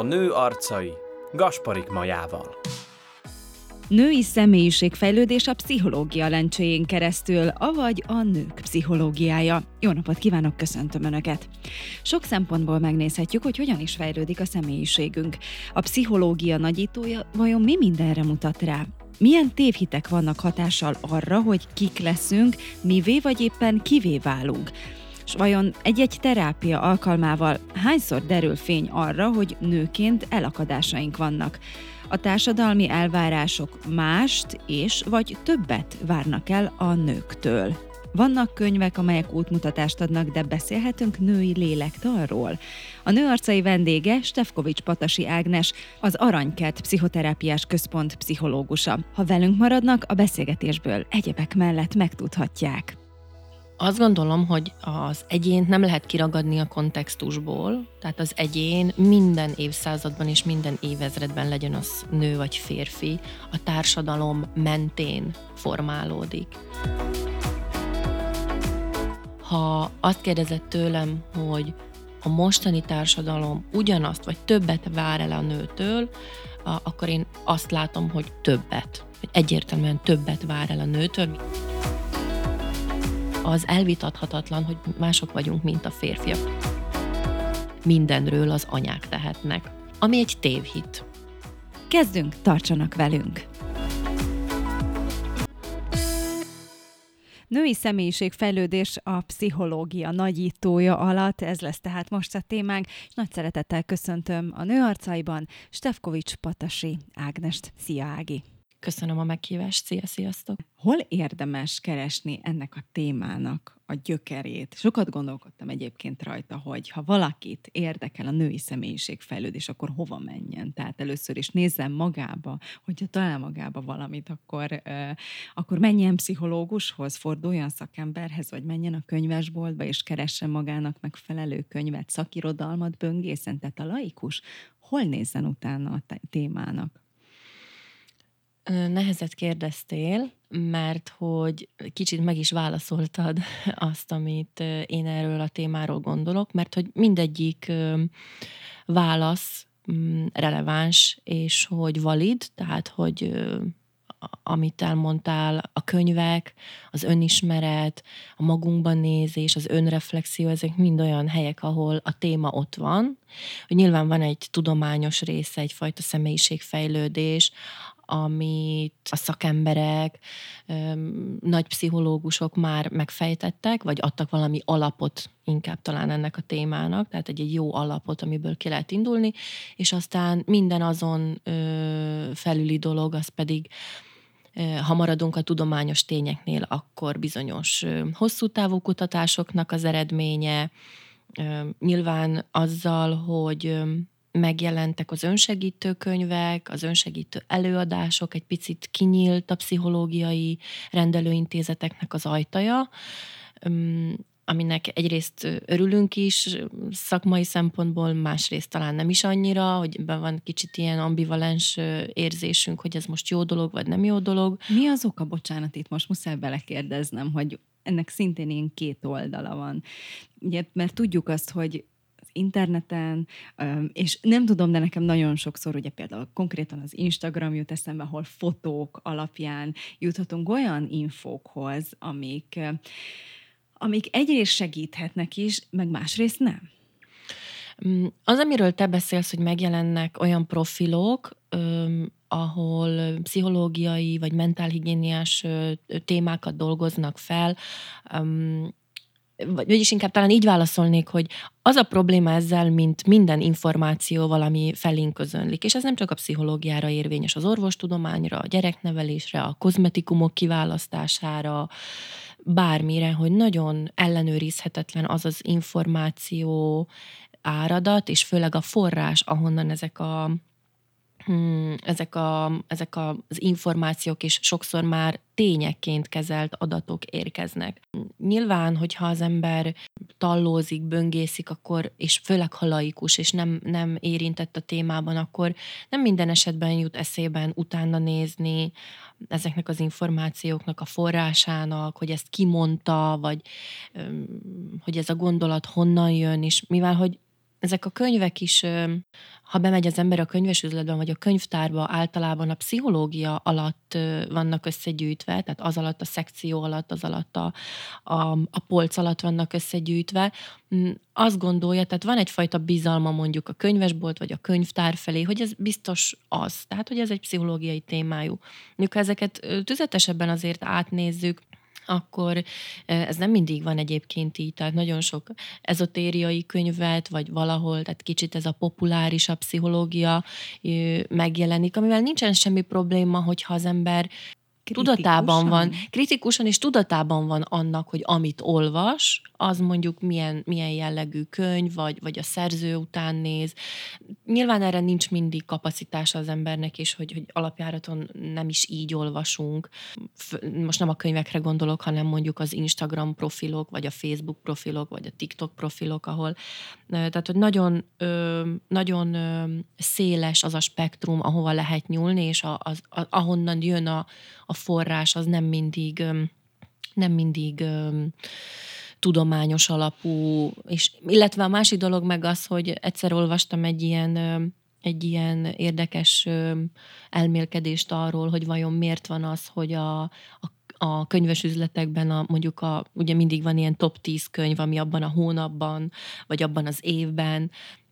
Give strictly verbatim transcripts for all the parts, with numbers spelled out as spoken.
nő arcai Gasparik Majával. Női személyiségfejlődés a pszichológia lencséjén keresztül, avagy a nők pszichológiája. Jó napot kívánok, köszöntöm Önöket! Sok szempontból megnézhetjük, hogy hogyan is fejlődik a személyiségünk. A pszichológia nagyítója vajon mi mindenre mutat rá? Milyen tévhitek vannak hatással arra, hogy kik leszünk, mivé vagy éppen kivé válunk? És vajon egy-egy terápia alkalmával hányszor derül fény arra, hogy nőként elakadásaink vannak? A társadalmi elvárások mást és vagy többet várnak el a nőktől. Vannak könyvek, amelyek útmutatást adnak, de beszélhetünk női lélektalról? A Nő arcai vendége Stefkovics Patasi Ágnes, az Aranykert Pszichoterápiás Központ pszichológusa. Ha velünk maradnak, a beszélgetésből egyebek mellett megtudhatják. Azt gondolom, hogy az egyént nem lehet kiragadni a kontextusból, tehát az egyén minden évszázadban és minden évezredben, legyen az nő vagy férfi, a társadalom mentén formálódik. Ha azt kérdezed tőlem, hogy a mostani társadalom ugyanazt vagy többet vár el a nőtől, akkor én azt látom, hogy többet, hogy egyértelműen többet vár el a nőtől. Az elvitathatatlan, hogy mások vagyunk, mint a férfiak. Mindenről az anyák tehetnek, ami egy tévhit. Kezdünk, tartsanak velünk! Női személyiségfejlődés a pszichológia nagyítója alatt, ez lesz tehát most a témánk, és nagy szeretettel köszöntöm a Nő arcaiban Stefkovics Patasi Ágnest. Szia, Ági! Köszönöm a meghívást, szia, sziasztok! Hol érdemes keresni ennek a témának a gyökerét? Sokat gondolkodtam egyébként rajta, hogy ha valakit érdekel a női személyiségfejlődés, akkor hova menjen? Tehát először is nézzen magába, hogyha talál magába valamit, akkor, uh, akkor menjen pszichológushoz, forduljon szakemberhez, vagy menjen a könyvesboltba, és keressen magának megfelelő könyvet, szakirodalmat böngészen, tehát a laikus hol nézzen utána a témának? Nehezet kérdeztél, mert hogy kicsit meg is válaszoltad azt, amit én erről a témáról gondolok, mert hogy mindegyik válasz releváns, és hogy valid, tehát hogy amit elmondtál, a könyvek, az önismeret, a magunkban nézés, az önreflexió, ezek mind olyan helyek, ahol a téma ott van, hogy nyilván van egy tudományos része, egyfajta személyiségfejlődés, amit a szakemberek, nagy pszichológusok már megfejtettek, vagy adtak valami alapot inkább talán ennek a témának, tehát egy, egy jó alapot, amiből ki lehet indulni, és aztán minden azon felüli dolog, az pedig, ha maradunk a tudományos tényeknél, akkor bizonyos hosszú távú kutatásoknak az eredménye, nyilván azzal, hogy megjelentek az önsegítő könyvek, az önsegítő előadások, egy picit kinyílt a pszichológiai rendelőintézeteknek az ajtaja, aminek egyrészt örülünk is szakmai szempontból, másrészt talán nem is annyira, hogy ebben van kicsit ilyen ambivalens érzésünk, hogy ez most jó dolog, vagy nem jó dolog. Mi az oka, bocsánat, itt most muszáj belekérdeznem, hogy ennek szintén ilyen két oldala van. Ugye, mert tudjuk azt, hogy interneten, és nem tudom, de nekem nagyon sokszor, ugye például konkrétan az Instagram jut eszembe, ahol fotók alapján juthatunk olyan infókhoz, amik, amik egyrészt segíthetnek is, meg másrészt nem. Az, amiről te beszélsz, hogy megjelennek olyan profilok, ahol pszichológiai vagy mentálhigiéniás témákat dolgoznak fel, vagyis inkább talán így válaszolnék, hogy az a probléma ezzel, mint minden információval, ami felénk közönlik, és ez nem csak a pszichológiára érvényes, az orvostudományra, a gyereknevelésre, a kozmetikumok kiválasztására, bármire, hogy nagyon ellenőrizhetetlen az az információ áradat, és főleg a forrás, ahonnan ezek a Hmm, ezek, a, ezek a, az információk és sokszor már tényekként kezelt adatok érkeznek. Nyilván, hogyha az ember tallózik, böngészik, akkor, és főleg ha laikus, és nem, nem érintett a témában, akkor nem minden esetben jut eszében utána nézni ezeknek az információknak a forrásának, hogy ezt ki mondta, vagy hogy ez a gondolat honnan jön, és mivel, hogy ezek a könyvek is, ha bemegy az ember a könyvesüzletben, vagy a könyvtárba, általában a pszichológia alatt vannak összegyűjtve, tehát az alatt a szekció alatt, az alatt a, a, a polc alatt vannak összegyűjtve. Azt gondolja, tehát van egyfajta bizalma mondjuk a könyvesbolt, vagy a könyvtár felé, hogy ez biztos az. Tehát, hogy ez egy pszichológiai témájú. Mondjuk, ha ezeket tüzetesebben azért átnézzük, akkor ez nem mindig van egyébként így, tehát nagyon sok ezotériai könyvet, vagy valahol, tehát kicsit ez a populárisabb pszichológia megjelenik, amivel nincsen semmi probléma, hogyha az ember kritikusan. Tudatában van, kritikusan és tudatában van annak, hogy amit olvas, az mondjuk milyen, milyen jellegű könyv, vagy, vagy a szerző után néz. Nyilván erre nincs mindig kapacitása az embernek, és hogy, hogy alapjáraton nem is így olvasunk. Most nem a könyvekre gondolok, hanem mondjuk az Instagram profilok, vagy a Facebook profilok, vagy a TikTok profilok, ahol tehát, hogy nagyon, nagyon széles az a spektrum, ahova lehet nyúlni, és a, az, a, ahonnan jön a, a forrás, az nem mindig, nem mindig tudományos alapú, és illetve a másik dolog meg az, hogy egyszer olvastam egy ilyen, egy ilyen érdekes elmélkedést arról, hogy vajon miért van az, hogy a, a a könyvesüzletekben a, mondjuk a, ugye mindig van ilyen top tíz könyv, ami abban a hónapban, vagy abban az évben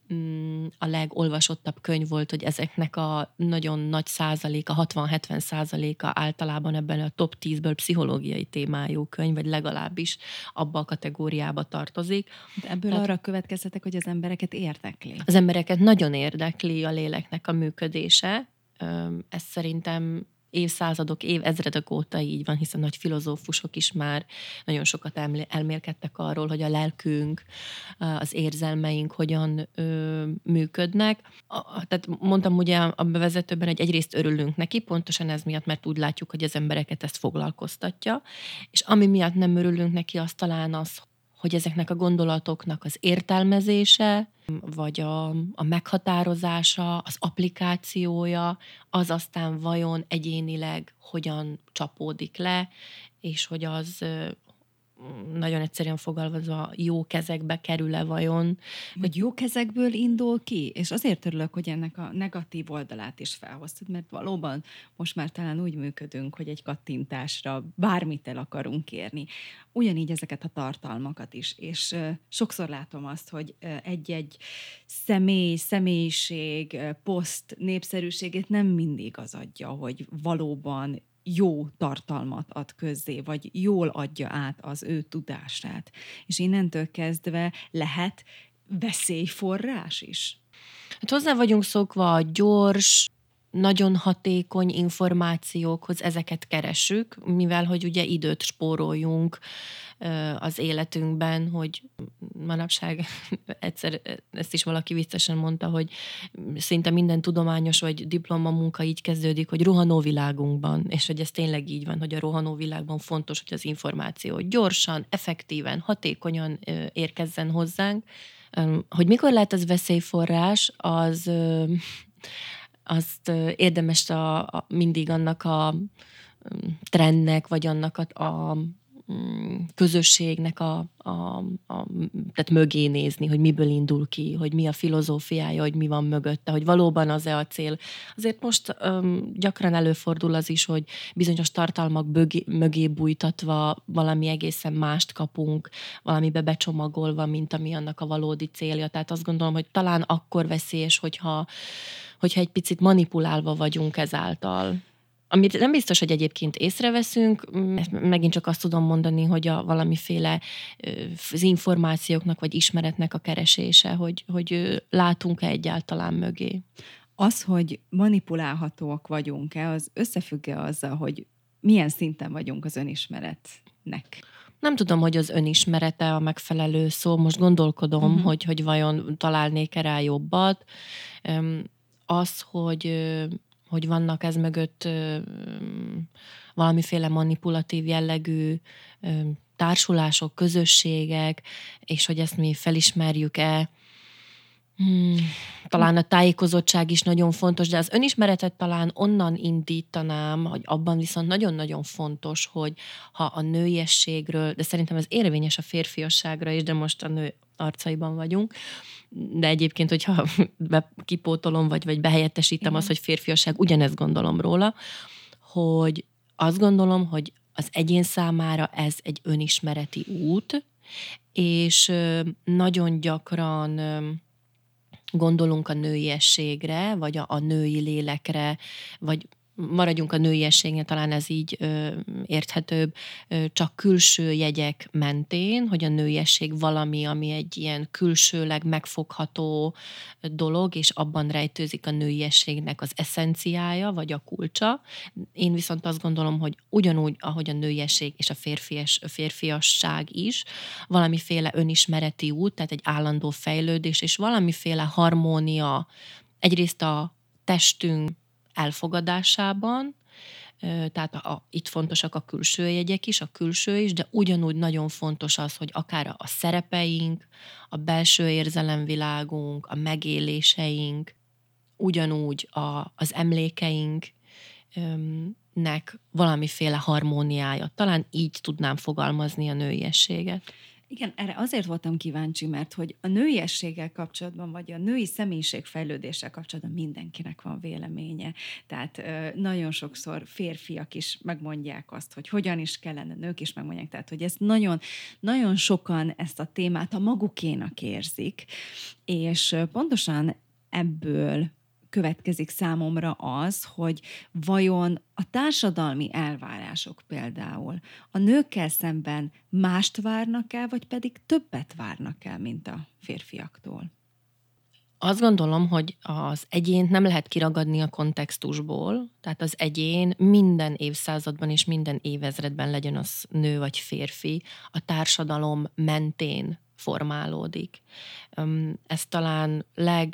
a legolvasottabb könyv volt, hogy ezeknek a nagyon nagy százaléka, hatvan-hetven százaléka általában ebben a top tízből pszichológiai témájú könyv, vagy legalábbis abba a kategóriába tartozik. De ebből Tehát arra következtetek, hogy az embereket érdekli. Az embereket nagyon érdekli a léleknek a működése. Ez szerintem évszázadok, évezredek óta így van, hiszen nagy filozófusok is már nagyon sokat elmélkedtek arról, hogy a lelkünk, az érzelmeink hogyan ö, működnek. A, tehát mondtam ugye a bevezetőben, hogy egyrészt örülünk neki, pontosan ez miatt, mert úgy látjuk, hogy az embereket ezt foglalkoztatja, és ami miatt nem örülünk neki, az talán az, hogy ezeknek a gondolatoknak az értelmezése, vagy a, a meghatározása, az applikációja, az aztán vajon egyénileg hogyan csapódik le, és hogy az nagyon egyszerűen fogalmazva jó kezekbe kerül-e vajon. Vagy jó kezekből indul ki, és azért örülök, hogy ennek a negatív oldalát is felhoztad, mert valóban most már talán úgy működünk, hogy egy kattintásra bármit el akarunk érni. Ugyanígy ezeket a tartalmakat is, és uh, sokszor látom azt, hogy uh, egy-egy személy, személyiség, uh, poszt népszerűségét nem mindig az adja, hogy valóban jó tartalmat ad közzé, vagy jól adja át az ő tudását. És innentől kezdve lehet veszélyforrás is. Hát hozzá vagyunk szokva a gyors, nagyon hatékony információkhoz, ezeket keressük, mivel hogy ugye időt spóroljunk az életünkben, hogy manapság egyszer ezt is valaki viccesen mondta, hogy szinte minden tudományos vagy diplomamunka így kezdődik, hogy rohanó világunkban, és hogy ez tényleg így van, hogy a rohanó világban fontos, hogy az információ gyorsan, effektíven, hatékonyan érkezzen hozzánk. Hogy mikor lehet ez veszélyforrás, az azt érdemes a, a, mindig annak a trendnek, vagy annak a, a közösségnek a, a, a, tehát mögé nézni, hogy miből indul ki, hogy mi a filozófiája, hogy mi van mögötte, hogy valóban az-e a cél. Azért most um, gyakran előfordul az is, hogy bizonyos tartalmak mögé, mögé bújtatva valami egészen mást kapunk, valamibe becsomagolva, mint ami annak a valódi célja. Tehát azt gondolom, hogy talán akkor veszélyes, hogyha, hogyha egy picit manipulálva vagyunk ezáltal. Amit nem biztos, hogy egyébként észreveszünk, megint csak azt tudom mondani, hogy a valamiféle az információknak vagy ismeretnek a keresése, hogy, hogy látunk-e egyáltalán mögé. Az, hogy manipulálhatóak vagyunk-e, az összefügg-e azzal, hogy milyen szinten vagyunk az önismeretnek? Nem tudom, hogy az önismerete a megfelelő szó. Most gondolkodom, uh-huh. hogy, hogy vajon találnék-e rá jobbat. Az, hogy... hogy vannak ez mögött ö, valamiféle manipulatív jellegű ö, társulások, közösségek, és hogy ezt mi felismerjük-e. Hmm, talán a tájékozottság is nagyon fontos, de az önismeretet talán onnan indítanám, hogy abban viszont nagyon-nagyon fontos, hogy ha a nőiességről, de szerintem ez érvényes a férfiasságra is, de most a nő arcaiban vagyunk, de egyébként, hogyha be, kipótolom, vagy, vagy behelyettesítem Igen. azt, hogy férfiasság, ugyanezt gondolom róla, hogy azt gondolom, hogy az egyén számára ez egy önismereti út, és nagyon gyakran gondolunk a nőiességre, vagy a, a női lélekre, vagy maradjunk a nőiességnél, talán ez így ö, érthetőbb, ö, csak külső jegyek mentén, hogy a nőiesség valami, ami egy ilyen külsőleg megfogható dolog, és abban rejtőzik a nőiességnek az eszenciája, vagy a kulcsa. Én viszont azt gondolom, hogy ugyanúgy, ahogy a nőiesség és a férfias, férfiasság is, valamiféle önismereti út, tehát egy állandó fejlődés, és valamiféle harmónia egyrészt a testünk elfogadásában, tehát a, a, itt fontosak a külső jegyek is, a külső is, de ugyanúgy nagyon fontos az, hogy akár a szerepeink, a belső érzelemvilágunk, a megéléseink, ugyanúgy a, az emlékeinknek valamiféle harmóniája. Talán így tudnám fogalmazni a nőiességet. Igen, erre azért voltam kíváncsi, mert hogy a nőiességgel kapcsolatban, vagy a női személyiségfejlődéssel kapcsolatban mindenkinek van véleménye. Tehát ö, nagyon sokszor férfiak is megmondják azt, hogy hogyan is kellene, nők is megmondják. Tehát, hogy ezt nagyon, nagyon sokan ezt a témát a magukénak érzik, és pontosan ebből következik számomra az, hogy vajon a társadalmi elvárások például a nőkkel szemben mást várnak el, vagy pedig többet várnak el, mint a férfiaktól? Azt gondolom, hogy az egyént nem lehet kiragadni a kontextusból, tehát az egyén minden évszázadban és minden évezredben, legyen az nő vagy férfi, a társadalom mentén formálódik. Ez talán leg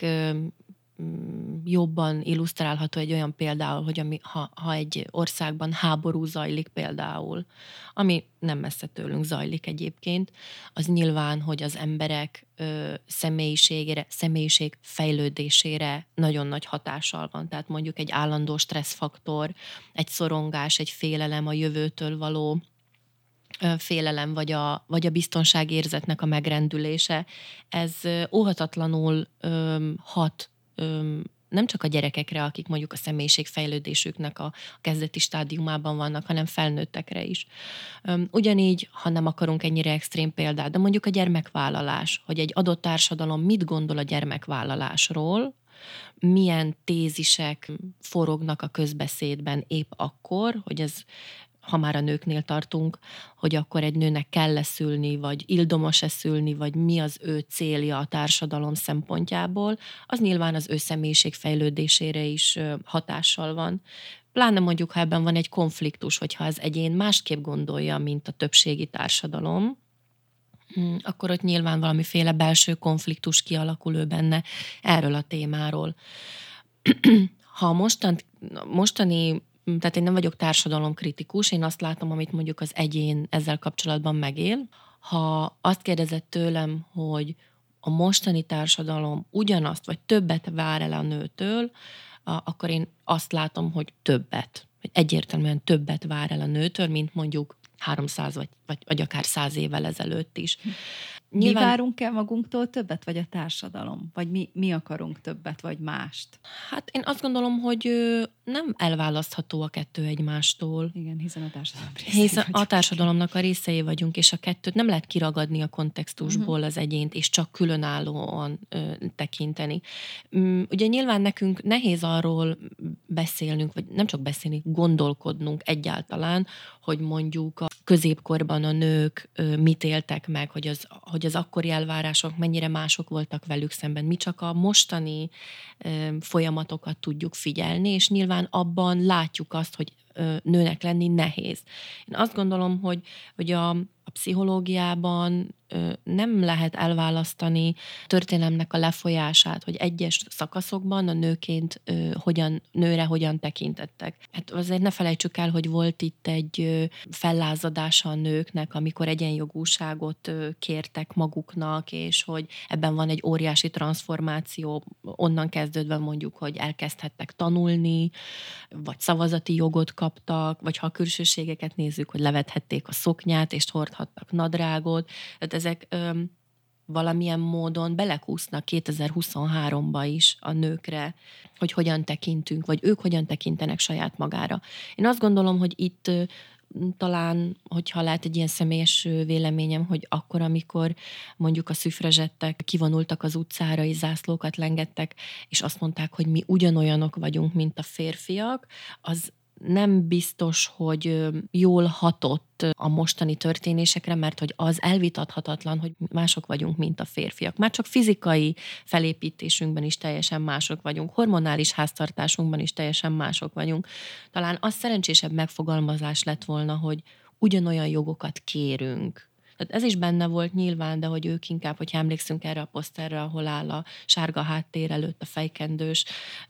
jobban illusztrálható egy olyan például, hogy ami, ha, ha egy országban háború zajlik például, ami nem messze tőlünk zajlik egyébként, az nyilván, hogy az emberek ö, személyiségére, személyiség fejlődésére nagyon nagy hatással van. Tehát mondjuk egy állandó stresszfaktor, egy szorongás, egy félelem a jövőtől való félelem, vagy a, vagy a biztonságérzetnek a megrendülése, ez óhatatlanul ö, hat nem csak a gyerekekre, akik mondjuk a személyiségfejlődésüknek a kezdeti stádiumában vannak, hanem felnőttekre is. Ugyanígy, ha nem akarunk ennyire extrém példát, de mondjuk a gyermekvállalás, hogy egy adott társadalom mit gondol a gyermekvállalásról, milyen tézisek forognak a közbeszédben épp akkor, hogy ez, ha már a nőknél tartunk, hogy akkor egy nőnek kell-e szülni, vagy ildomos-e szülni, vagy mi az ő célja a társadalom szempontjából, az nyilván az ő személyiség fejlődésére is hatással van. Pláne mondjuk, ha ebben van egy konfliktus, hogyha az egyén másképp gondolja, mint a többségi társadalom, akkor ott nyilván valamiféle belső konfliktus kialakul ő benne erről a témáról. Ha mostan, mostani Tehát én nem vagyok társadalomkritikus, én azt látom, amit mondjuk az egyén ezzel kapcsolatban megél. Ha azt kérdezett tőlem, hogy a mostani társadalom ugyanazt, vagy többet vár el a nőtől, akkor én azt látom, hogy többet. Hogy egyértelműen többet vár el a nőtől, mint mondjuk háromszáz vagy, vagy, vagy akár száz évvel ezelőtt is. Nyilván... Mi várunk el magunktól többet, vagy a társadalom? Vagy mi, mi akarunk többet, vagy mást? Hát én azt gondolom, hogy nem elválasztható a kettő egymástól. Igen, hiszen a társadalom részei Hiszen vagyunk. a társadalomnak a részei vagyunk, és a kettőt nem lehet kiragadni a kontextusból uh-huh. az egyént, és csak különállóan ö, tekinteni. Ugye nyilván nekünk nehéz arról beszélnünk, vagy nem csak beszélni, gondolkodnunk egyáltalán, hogy mondjuk a középkorban a nők ö, mit éltek meg, hogy az, hogy az akkori elvárások mennyire mások voltak velük szemben. Mi csak a mostani ö, folyamatokat tudjuk figyelni, és nyilván abban látjuk azt, hogy ö, nőnek lenni nehéz. Én azt gondolom, hogy, hogy a, a pszichológiában nem lehet elválasztani történelemnek a lefolyását, hogy egyes szakaszokban a nőként hogyan, nőre hogyan tekintettek. Hát azért ne felejtsük el, hogy volt itt egy fellázadása a nőknek, amikor egyenjogúságot kértek maguknak, és hogy ebben van egy óriási transformáció, onnan kezdődve mondjuk, hogy elkezdhettek tanulni, vagy szavazati jogot kaptak, vagy ha a külsőségeket nézzük, hogy levethették a szoknyát, és hordhattak nadrágot. Tehát ezek öm, valamilyen módon belekúsznak kétezer-huszonháromba is a nőkre, hogy hogyan tekintünk, vagy ők hogyan tekintenek saját magára. Én azt gondolom, hogy itt talán, hogyha lehet egy ilyen személyes véleményem, hogy akkor, amikor mondjuk a szüfrezsettek kivonultak az utcára, és zászlókat lengettek, és azt mondták, hogy mi ugyanolyanok vagyunk, mint a férfiak, az nem biztos, hogy jól hatott a mostani történésekre, mert hogy az elvitathatatlan, hogy mások vagyunk, mint a férfiak. Már csak fizikai felépítésünkben is teljesen mások vagyunk, hormonális háztartásunkban is teljesen mások vagyunk. Talán az szerencsésebb megfogalmazás lett volna, hogy ugyanolyan jogokat kérünk. Tehát ez is benne volt nyilván, de hogy ők inkább, hogyha emlékszünk erre a poszterre, ahol áll a sárga háttér előtt a fejkendős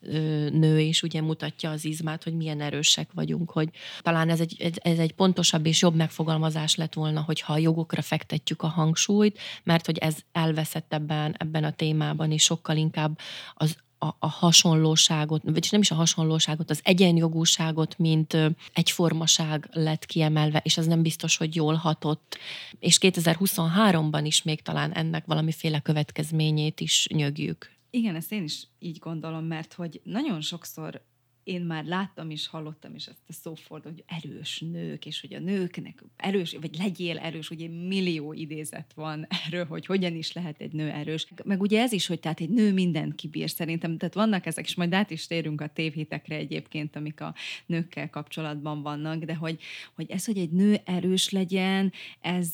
nő, és ugye mutatja az izmát, hogy milyen erősek vagyunk, hogy talán ez egy, ez egy pontosabb és jobb megfogalmazás lett volna, hogyha a jogokra fektetjük a hangsúlyt, mert hogy ez elveszett ebben, ebben a témában, és sokkal inkább az A, a hasonlóságot, vagyis nem is a hasonlóságot, az egyenjogúságot, mint egyformaság lett kiemelve, és ez nem biztos, hogy jól hatott. És kétezer-huszonháromban is még talán ennek valamiféle következményét is nyögjük. Igen, ezt én is így gondolom, mert hogy nagyon sokszor én már láttam és hallottam is ezt a szófordulót, hogy erős nők, és hogy a nőknek erős, vagy legyél erős, ugye millió idézet van erről, hogy hogyan is lehet egy nő erős. Meg ugye ez is, hogy tehát egy nő mindent kibír szerintem, tehát vannak ezek, és majd át is térünk a tévhitekre egyébként, amik a nőkkel kapcsolatban vannak, de hogy, hogy ez, hogy egy nő erős legyen, ez...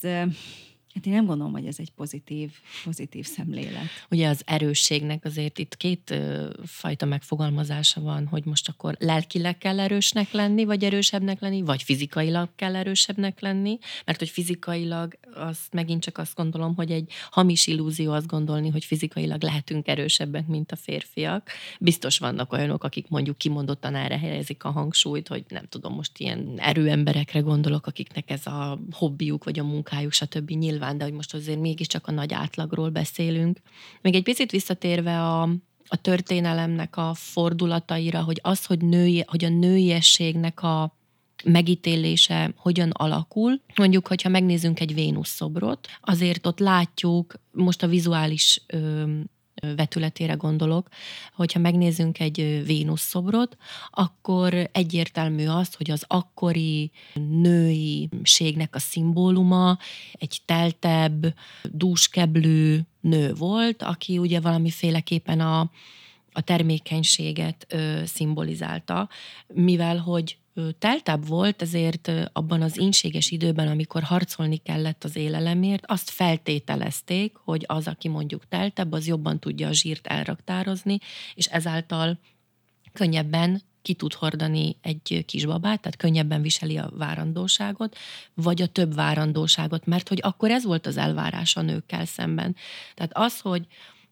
Hát én nem gondolom, hogy ez egy pozitív, pozitív szemlélet. Ugye az erősségnek azért itt két ö, fajta megfogalmazása van, hogy most akkor lelkileg kell erősnek lenni, vagy erősebbnek lenni, vagy fizikailag kell erősebbnek lenni, mert hogy fizikailag azt megint csak azt gondolom, hogy egy hamis illúzió azt gondolni, hogy fizikailag lehetünk erősebbek, mint a férfiak. Biztos vannak olyanok, akik mondjuk kimondottan erre helyezik a hangsúlyt, hogy nem tudom, most ilyen erőemberekre gondolok, akiknek ez a hobbiuk, vagy a munkájuk, stb. Nyilván, de hogy most azért mégiscsak a nagy átlagról beszélünk. Még egy picit visszatérve a, a történelemnek a fordulataira, hogy az, hogy, női, hogy a nőiességnek a megítélése hogyan alakul. Mondjuk, hogyha megnézzünk egy Vénusz szobrot, azért ott látjuk, most a vizuális ö, vetületére gondolok, hogyha megnézzünk egy Vénusz szobrot, akkor egyértelmű az, hogy az akkori nőiségnek a szimbóluma egy teltebb, dúskeblű nő volt, aki ugye valamiféleképpen a, a termékenységet ö, szimbolizálta, mivel hogy teltebb volt, ezért abban az ínséges időben, amikor harcolni kellett az élelemért, azt feltételezték, hogy az, aki mondjuk teltebb, az jobban tudja a zsírt elraktározni, és ezáltal könnyebben ki tud hordani egy kisbabát, tehát könnyebben viseli a várandóságot, vagy a több várandóságot, mert hogy akkor ez volt az elvárás a nőkkel szemben. Tehát az, hogy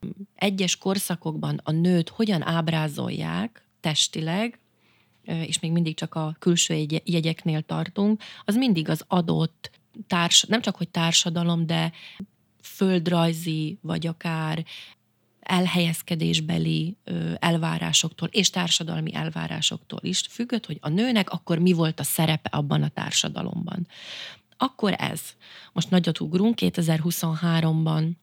egyes korszakokban a nőt hogyan ábrázolják testileg, és még mindig csak a külső jegyeknél tartunk, az mindig az adott társ, nem csak hogy társadalom, de földrajzi, vagy akár elhelyezkedésbeli elvárásoktól és társadalmi elvárásoktól is függött, hogy a nőnek akkor mi volt a szerepe abban a társadalomban. Akkor ez. Most nagyot ugrunk, kétezer-huszonháromban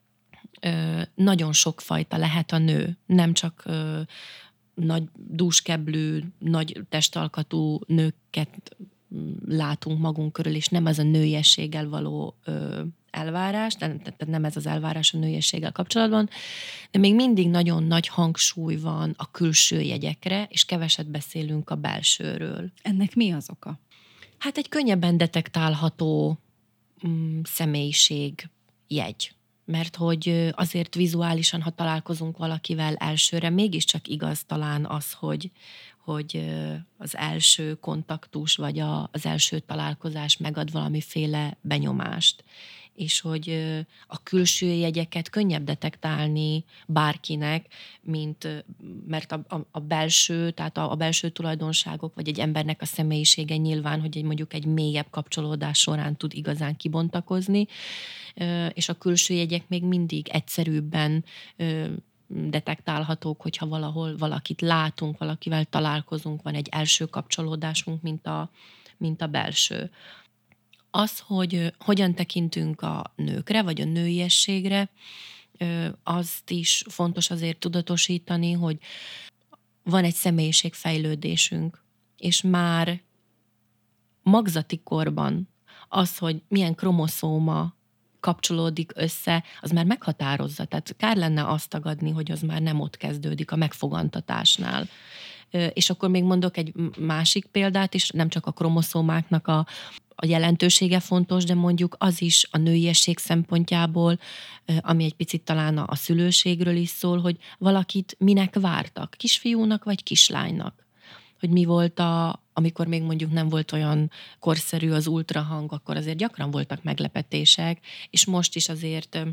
nagyon sokfajta lehet a nő, nem csak nagy dúskeblű, nagy testalkatú nőket látunk magunk körül, és nem az a nőiességgel való ö, elvárás, tehát nem ez az elvárás a nőiességgel kapcsolatban, de még mindig nagyon nagy hangsúly van a külső jegyekre, és keveset beszélünk a belsőről. Ennek mi az oka? Hát egy könnyebben detektálható mm, személyiség jegy. Mert hogy azért vizuálisan, ha találkozunk valakivel elsőre, mégiscsak igaz talán az, hogy, hogy az első kontaktus, vagy a, az első találkozás megad valamiféle benyomást. és hogy a külső jegyeket könnyebb detektálni bárkinek, mint, mert a, a, a belső, tehát a, a belső tulajdonságok, vagy egy embernek a személyisége nyilván, hogy egy mondjuk egy mélyebb kapcsolódás során tud igazán kibontakozni, és a külső jegyek még mindig egyszerűbben detektálhatók, hogyha valahol valakit látunk, valakivel találkozunk, van egy első kapcsolódásunk, mint a, mint a belső. Az, hogy hogyan tekintünk a nőkre, vagy a nőiességre, azt is fontos azért tudatosítani, hogy van egy személyiségfejlődésünk, és már magzati korban az, hogy milyen kromoszóma kapcsolódik össze, az már meghatározza. Tehát kár lenne azt tagadni, hogy az már nem ott kezdődik a megfogantatásnál. És akkor még mondok egy másik példát is, nem csak a kromoszómáknak a, a jelentősége fontos, de mondjuk az is a nőiesség szempontjából, ami egy picit talán a szülőségről is szól, hogy valakit minek vártak, kisfiúnak vagy kislánynak. Hogy mi volt a, amikor még mondjuk nem volt olyan korszerű az ultrahang, akkor azért gyakran voltak meglepetések, és most is azért ö,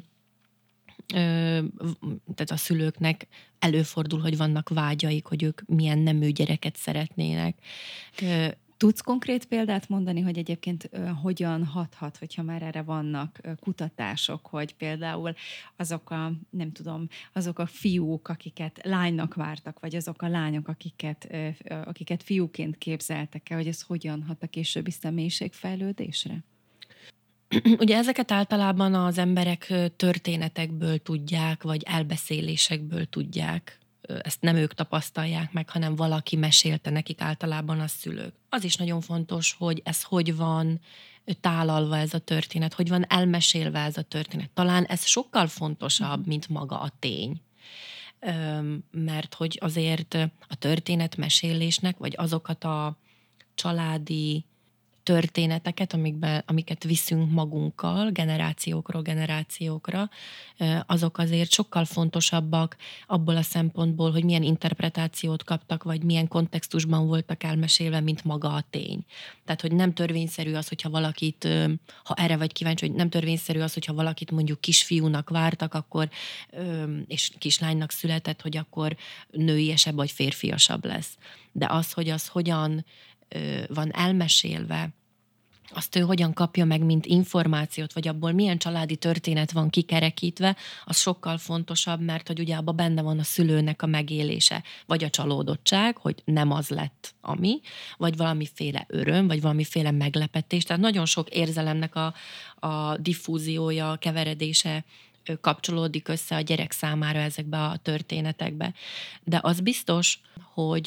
tehát a szülőknek előfordul, hogy vannak vágyaik, hogy ők milyen nemű gyereket szeretnének. Ö, Tudsz konkrét példát mondani, hogy egyébként ö, hogyan hathat, hogyha már erre vannak ö, kutatások, hogy például azok a, nem tudom, azok a fiúk, akiket lánynak vártak, vagy azok a lányok, akiket, ö, ö, akiket fiúként képzeltek el, hogy ez hogyan hat a későbbi személyiségfejlődésre? Ugye ezeket általában az emberek történetekből tudják, vagy elbeszélésekből tudják. Ezt nem ők tapasztalják meg, hanem valaki mesélte nekik, általában a szülők. Az is nagyon fontos, hogy ez hogy van tálalva ez a történet, hogy van elmesélve ez a történet. Talán ez sokkal fontosabb, mint maga a tény. Mert hogy azért a történetmesélésnek, vagy azokat a családi történeteket, amikben, amiket viszünk magunkkal, generációkról generációkra, azok azért sokkal fontosabbak abból a szempontból, hogy milyen interpretációt kaptak, vagy milyen kontextusban voltak elmesélve, mint maga a tény. Tehát, hogy nem törvényszerű az, hogyha valakit, ha erre vagy kíváncsi, hogy nem törvényszerű az, hogyha valakit mondjuk kisfiúnak vártak, akkor, és kislánynak született, hogy akkor nőiesebb vagy férfiasabb lesz. De az, hogy az hogyan van elmesélve, azt ő hogyan kapja meg, mint információt, vagy abból milyen családi történet van kikerekítve, az sokkal fontosabb, mert hogy ugye abban benne van a szülőnek a megélése, vagy a csalódottság, hogy nem az lett, ami, vagy valamiféle öröm, vagy valamiféle meglepetés. Tehát nagyon sok érzelemnek a, a diffúziója, keveredése kapcsolódik össze a gyerek számára ezekbe a történetekbe. De az biztos, hogy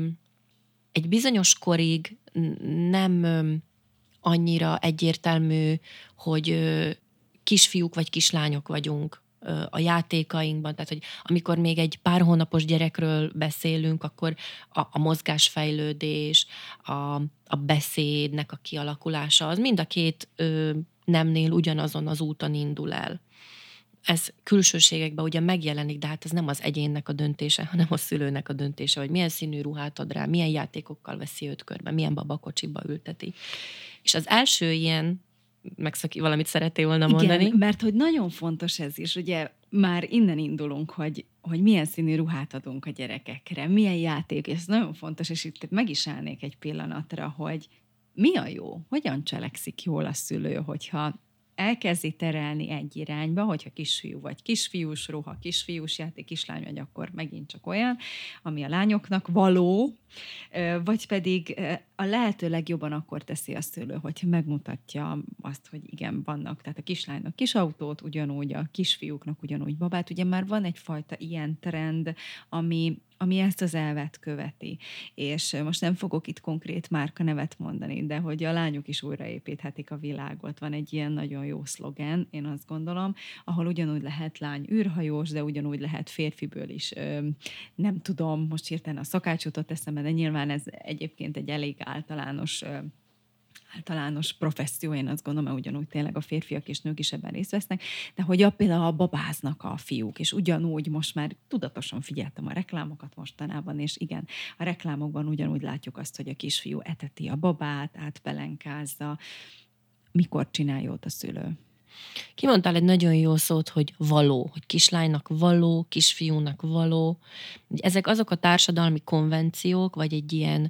egy bizonyos korig nem annyira egyértelmű, hogy kisfiúk vagy kislányok vagyunk a játékainkban. Tehát, hogy amikor még egy pár hónapos gyerekről beszélünk, akkor a, a mozgásfejlődés, a, a beszédnek a kialakulása, az mind a két ö, nemnél ugyanazon az úton indul el. Ez külsőségekben ugye megjelenik, de hát ez nem az egyénnek a döntése, hanem a szülőnek a döntése, hogy milyen színű ruhát ad rá, milyen játékokkal veszi őt körbe, milyen babakocsiba ülteti. És az első ilyen, megszaki, valamit szerettél volna mondani? Igen, mert hogy nagyon fontos ez is, ugye már innen indulunk, hogy, hogy milyen színű ruhát adunk a gyerekekre, milyen játék, ez nagyon fontos, és itt meg is állnék egy pillanatra, hogy mi a jó, hogyan cselekszik jól a szülő, hogyha elkezdi terelni egy irányba, hogyha kisfiú vagy kisfiús ruha, kisfiús játék, kislány vagy, akkor megint csak olyan, ami a lányoknak való, vagy pedig a lehető legjobban akkor teszi a szülő, hogyha megmutatja azt, hogy igen, vannak, tehát a kislánynak kis autót, ugyanúgy a kisfiúknak ugyanúgy babát, ugye már van egyfajta ilyen trend, ami ami ezt az elvet követi. És most nem fogok itt konkrét márka nevet mondani, de hogy a lányok is újraépíthetik a világot. Van egy ilyen nagyon jó szlogen, én azt gondolom, ahol ugyanúgy lehet lány űrhajós, de ugyanúgy lehet férfiből is. Nem tudom, most hirtelen a szakács jutott eszembe, de nyilván ez egyébként egy elég általános általános professzió, én azt gondolom, mert ugyanúgy tényleg a férfiak és nők is ebben részt vesznek, de hogy a, például a babáznak a fiúk, és ugyanúgy most már tudatosan figyeltem a reklámokat mostanában, és igen, a reklámokban ugyanúgy látjuk azt, hogy a kisfiú eteti a babát, átpelenkázza. Mikor csinál jót a szülő? Kimondtál egy nagyon jó szót, hogy való, hogy kislánynak való, kisfiúnak való. Ezek azok a társadalmi konvenciók, vagy egy ilyen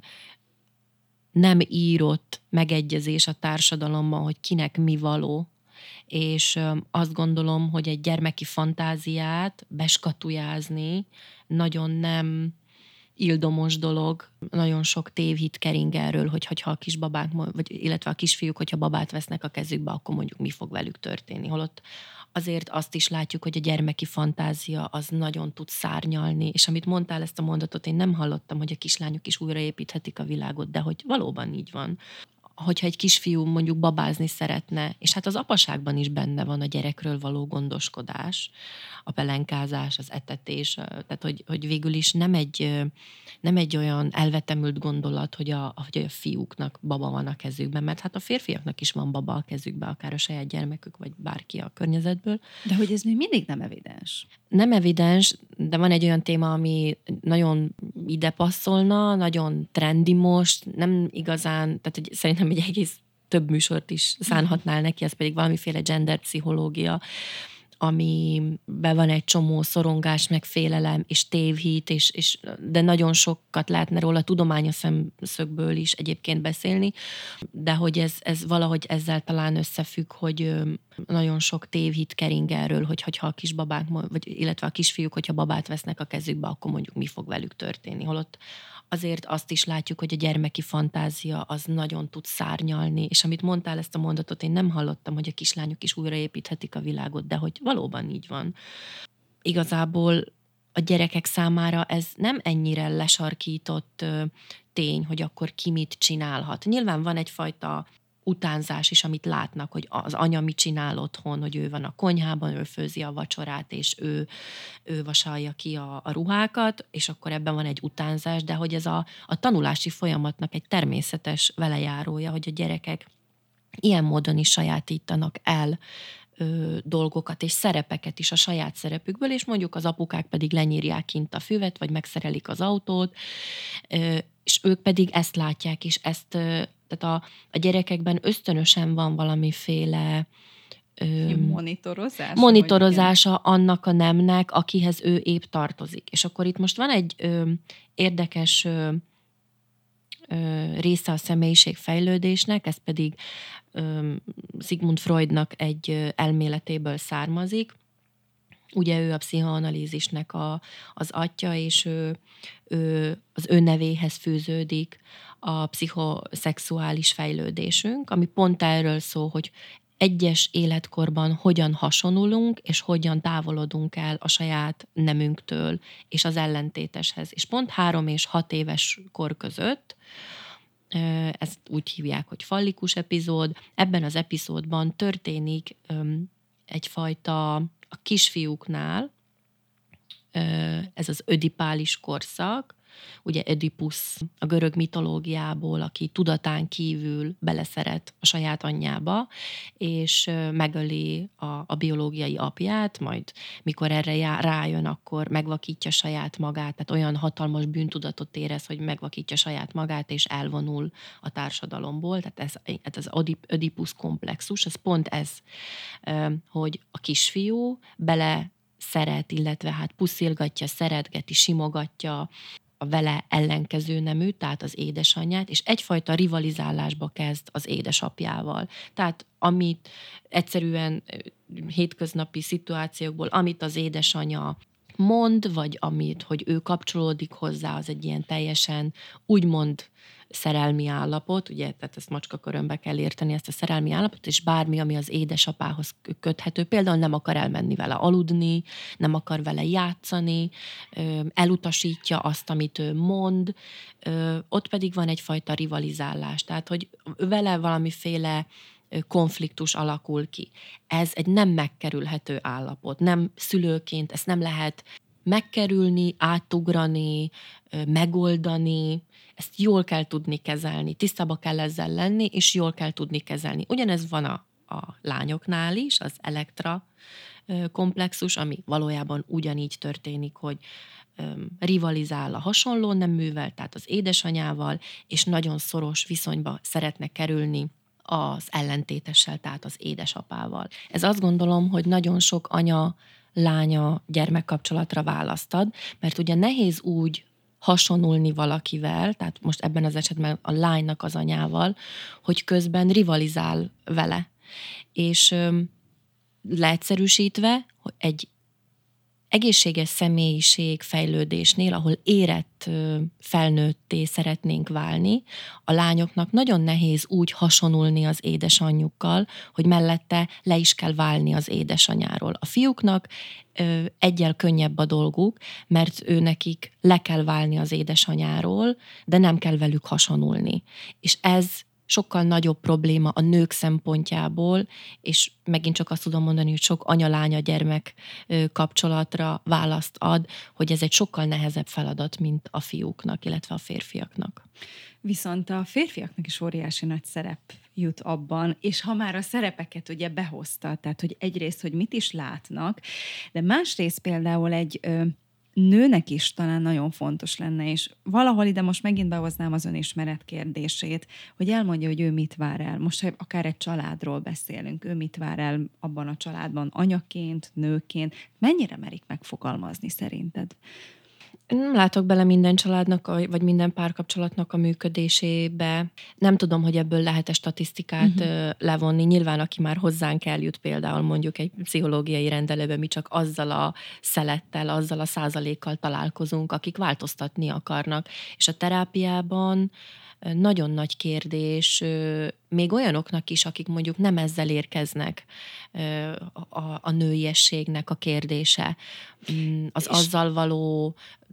nem írott megegyezés a társadalomban, hogy kinek mi való, és azt gondolom, hogy egy gyermeki fantáziát beskatujázni nagyon nem ildomos dolog, nagyon sok tévhit kering erről, hogy hogyha a kisbabák, vagy illetve a kisfiúk, hogyha babát vesznek a kezükbe, akkor mondjuk mi fog velük történni. Holott azért azt is látjuk, hogy a gyermeki fantázia az nagyon tud szárnyalni, és amit mondtál ezt a mondatot, én nem hallottam, hogy a kislányok is újraépíthetik a világot, de hogy valóban így van. Hogyha egy kisfiú mondjuk babázni szeretne, és hát az apaságban is benne van a gyerekről való gondoskodás, a pelenkázás, az etetés, tehát hogy, hogy végül is nem egy, nem egy olyan elvetemült gondolat, hogy a, hogy a fiúknak baba van a kezükben, mert hát a férfiaknak is van baba a kezükben, akár a saját gyermekük, vagy bárki a környezetből. De hogy ez még mindig nem evidens. Nem evidens, de van egy olyan téma, ami nagyon ide passzolna, nagyon trendi most, nem igazán, tehát hogy szerintem egy egész több műsort is szánhatnál neki, ez pedig valamiféle gender pszichológia, amiben van egy csomó szorongás, meg félelem, és tévhit, és, és, de nagyon sokat lehetne róla tudományos szemszögből is egyébként beszélni, de hogy ez, ez valahogy ezzel talán összefügg, hogy nagyon sok tévhit kering erről, hogy hogyha a kisbabák, vagy illetve a kisfiúk, hogyha babát vesznek a kezükbe, akkor mondjuk mi fog velük történni. Holott azért azt is látjuk, hogy a gyermeki fantázia az nagyon tud szárnyalni, és amit mondtál ezt a mondatot, én nem hallottam, hogy a kislányok is újraépíthetik a világot, de hogy valóban így van. Igazából a gyerekek számára ez nem ennyire lesarkított tény, hogy akkor ki mit csinálhat. Nyilván van egyfajta utánzás is, amit látnak, hogy az anya mit csinál otthon, hogy ő van a konyhában, ő főzi a vacsorát, és ő, ő vasalja ki a, a ruhákat, és akkor ebben van egy utánzás, de hogy ez a, a tanulási folyamatnak egy természetes velejárója, hogy a gyerekek ilyen módon is sajátítanak el ö, dolgokat és szerepeket is a saját szerepükből, és mondjuk az apukák pedig lenyírják kint a füvet, vagy megszerelik az autót, ö, és ők pedig ezt látják, és ezt, ö, tehát a, a gyerekekben ösztönösen van valamiféle ö, Monitorozás, monitorozása annak a nemnek, akihez ő épp tartozik. És akkor itt most van egy ö, érdekes ö, ö, része a személyiségfejlődésnek, ez pedig ö, Sigmund Freudnak egy ö, elméletéből származik. Ugye ő a pszichoanalízisnek a, az atya, és ő, ő, az ő nevéhez fűződik a pszichoszexuális fejlődésünk, ami pont erről szól, hogy egyes életkorban hogyan hasonulunk, és hogyan távolodunk el a saját nemünktől, és az ellentéteshez. És pont három és hat éves kor között, ezt úgy hívják, hogy fallikus epizód, ebben az epizódban történik egyfajta a kisfiúknál, ez az ödipális korszak, ugye Ödipusz a görög mitológiából, aki tudatán kívül beleszeret a saját anyjába, és megöli a, a biológiai apját, majd mikor erre já, rájön, akkor megvakítja saját magát, tehát olyan hatalmas bűntudatot érez, hogy megvakítja saját magát, és elvonul a társadalomból, tehát ez, ez az Ödipusz komplexus, ez pont ez, hogy a kisfiú bele szeret, illetve hát puszilgatja, szeretgeti, simogatja a vele ellenkező nemű, tehát az édesanyját, és egyfajta rivalizálásba kezd az édesapjával. Tehát amit egyszerűen hétköznapi szituációkból, amit az édesanyja mond, vagy amit, hogy ő kapcsolódik hozzá, az egy ilyen teljesen úgymond szerelmi állapot, ugye, tehát ezt macskakörömbe kell érteni, ezt a szerelmi állapot, és bármi, ami az édesapához köthető, például nem akar elmenni vele aludni, nem akar vele játszani, elutasítja azt, amit ő mond, ott pedig van egyfajta rivalizálás, tehát, hogy vele valamiféle konfliktus alakul ki. Ez egy nem megkerülhető állapot, nem szülőként, ezt nem lehet megkerülni, átugrani, megoldani, ezt jól kell tudni kezelni, tisztába kell ezzel lenni, és jól kell tudni kezelni. Ugyanez van a, a lányoknál is, az Elektra komplexus, ami valójában ugyanígy történik, hogy rivalizál a hasonló neművel, tehát az édesanyával, és nagyon szoros viszonyba szeretne kerülni az ellentétessel, tehát az édesapával. Ez azt gondolom, hogy nagyon sok anya, lánya gyermekkapcsolatra választad, mert ugye nehéz úgy hasonulni valakivel, tehát most ebben az esetben a lánynak az anyával, hogy közben rivalizál vele. És öm, leegyszerűsítve, hogy egy egészséges személyiség fejlődésnél, ahol érett felnőtté szeretnénk válni, a lányoknak nagyon nehéz úgy hasonulni az édesanyjukkal, hogy mellette le is kell válni az édesanyáról. A fiúknak egyel könnyebb a dolguk, mert ő nekik le kell válni az édesanyáról, de nem kell velük hasonulni. És ez sokkal nagyobb probléma a nők szempontjából, és megint csak azt tudom mondani, hogy sok anya-lánya gyermek kapcsolatra választ ad, hogy ez egy sokkal nehezebb feladat, mint a fiúknak, illetve a férfiaknak. Viszont a férfiaknak is óriási nagy szerep jut abban, és ha már a szerepeket ugye behozta, tehát hogy egyrészt, hogy mit is látnak, de másrészt például egy ö, nőnek is talán nagyon fontos lenne, és valahol ide most megint behoznám az önismeret kérdését, hogy elmondja, hogy ő mit vár el. Most, ha akár egy családról beszélünk, ő mit vár el abban a családban anyaként, nőként, mennyire merik megfogalmazni szerinted? Nem látok bele minden családnak, vagy minden párkapcsolatnak a működésébe. Nem tudom, hogy ebből lehet-e statisztikát uh-huh. levonni. Nyilván, aki már hozzánk eljut például mondjuk egy pszichológiai rendelőbe, mi csak azzal a szelettel, azzal a százalékkal találkozunk, akik változtatni akarnak. És a terápiában nagyon nagy kérdés, még olyanoknak is, akik mondjuk nem ezzel érkeznek, a, a nőiességnek a kérdése, az azzal való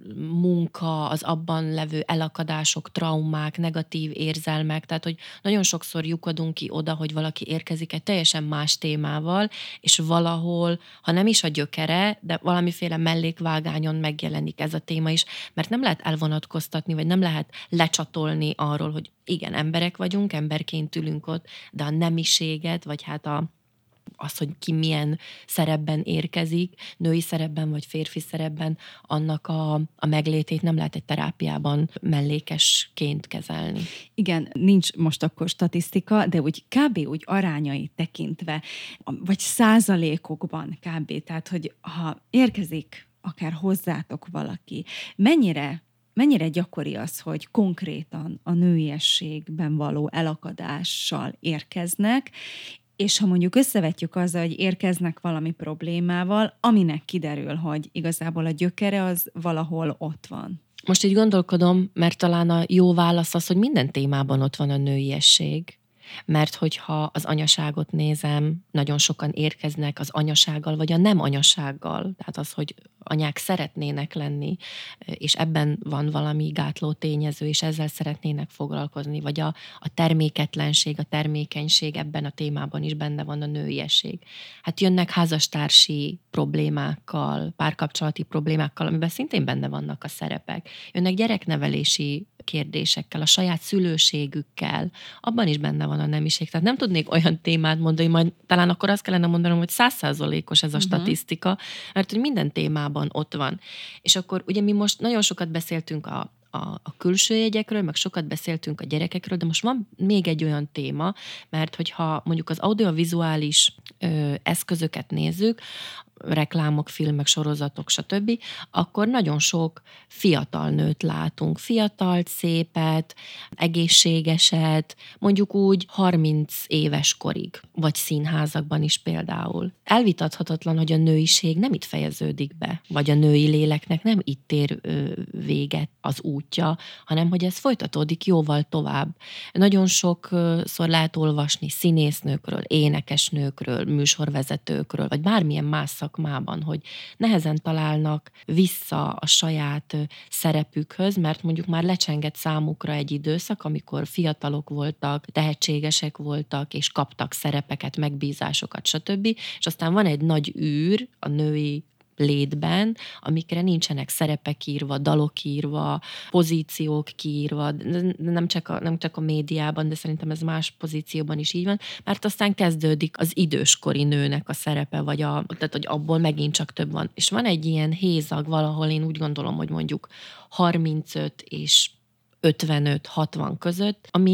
munka, az abban levő elakadások, traumák, negatív érzelmek, tehát hogy nagyon sokszor lyukadunk ki oda, hogy valaki érkezik egy teljesen más témával, és valahol, ha nem is a gyökere, de valamiféle mellékvágányon megjelenik ez a téma is, mert nem lehet elvonatkoztatni, vagy nem lehet lecsatolni arról, hogy igen, emberek vagyunk, emberként ülünk ott, de a nemiséget, vagy hát a az, hogy ki milyen szerepben érkezik, női szerepben vagy férfi szerepben, annak a, a meglétét nem lehet egy terápiában mellékesként kezelni. Igen, nincs most akkor statisztika, de úgy kb. Úgy arányait tekintve, vagy százalékokban kb. Tehát, hogy ha érkezik akár hozzátok valaki, mennyire Mennyire gyakori az, hogy konkrétan a nőiességben való elakadással érkeznek, és ha mondjuk összevetjük azzal, hogy érkeznek valami problémával, aminek kiderül, hogy igazából a gyökere az valahol ott van. Most így gondolkodom, mert talán a jó válasz az, hogy minden témában ott van a nőiesség. Mert hogyha az anyaságot nézem, nagyon sokan érkeznek az anyasággal, vagy a nem anyasággal, tehát az, hogy anyák szeretnének lenni, és ebben van valami gátló tényező, és ezzel szeretnének foglalkozni, vagy a, a terméketlenség, a termékenység, ebben a témában is benne van a nőiesség. Hát jönnek házastársi problémákkal, párkapcsolati problémákkal, amiben szintén benne vannak a szerepek. Jönnek gyereknevelési kérdésekkel, a saját szülőségükkel, abban is benne van a nemiség. Tehát nem tudnék olyan témát mondani, majd talán akkor azt kellene mondanom, hogy száz százalékos ez a uh-huh. statisztika, mert hogy minden témában ott van. És akkor ugye mi most nagyon sokat beszéltünk a, a, a külső jegyekről, meg sokat beszéltünk a gyerekekről, de most van még egy olyan téma, mert hogyha mondjuk az audiovizuális ö, eszközöket nézzük, reklámok, filmek, sorozatok, stb., akkor nagyon sok fiatal nőt látunk. Fiatalt, szépet, egészségeset, mondjuk úgy harminc éves korig, vagy színházakban is például. Elvitathatatlan, hogy a nőiség nem itt fejeződik be, vagy a női léleknek nem itt ér ö, véget az útja, hanem hogy ez folytatódik jóval tovább. Nagyon sokszor lehet olvasni színésznőkről, énekesnőkről, műsorvezetőkről, vagy bármilyen más szakmában, hogy nehezen találnak vissza a saját szerepükhöz, mert mondjuk már lecsengett számukra egy időszak, amikor fiatalok voltak, tehetségesek voltak, és kaptak szerepeket, megbízásokat, stb. És aztán van egy nagy űr a női létben, amikre nincsenek szerepek írva, dalok írva, pozíciók kiírva, nem csak, a, nem csak a médiában, de szerintem ez más pozícióban is így van, mert aztán kezdődik az időskori nőnek a szerepe, vagy a, tehát, hogy abból megint csak több van. És van egy ilyen hézag valahol, én úgy gondolom, hogy mondjuk harmincöt és ötvenöt hatvan között, ami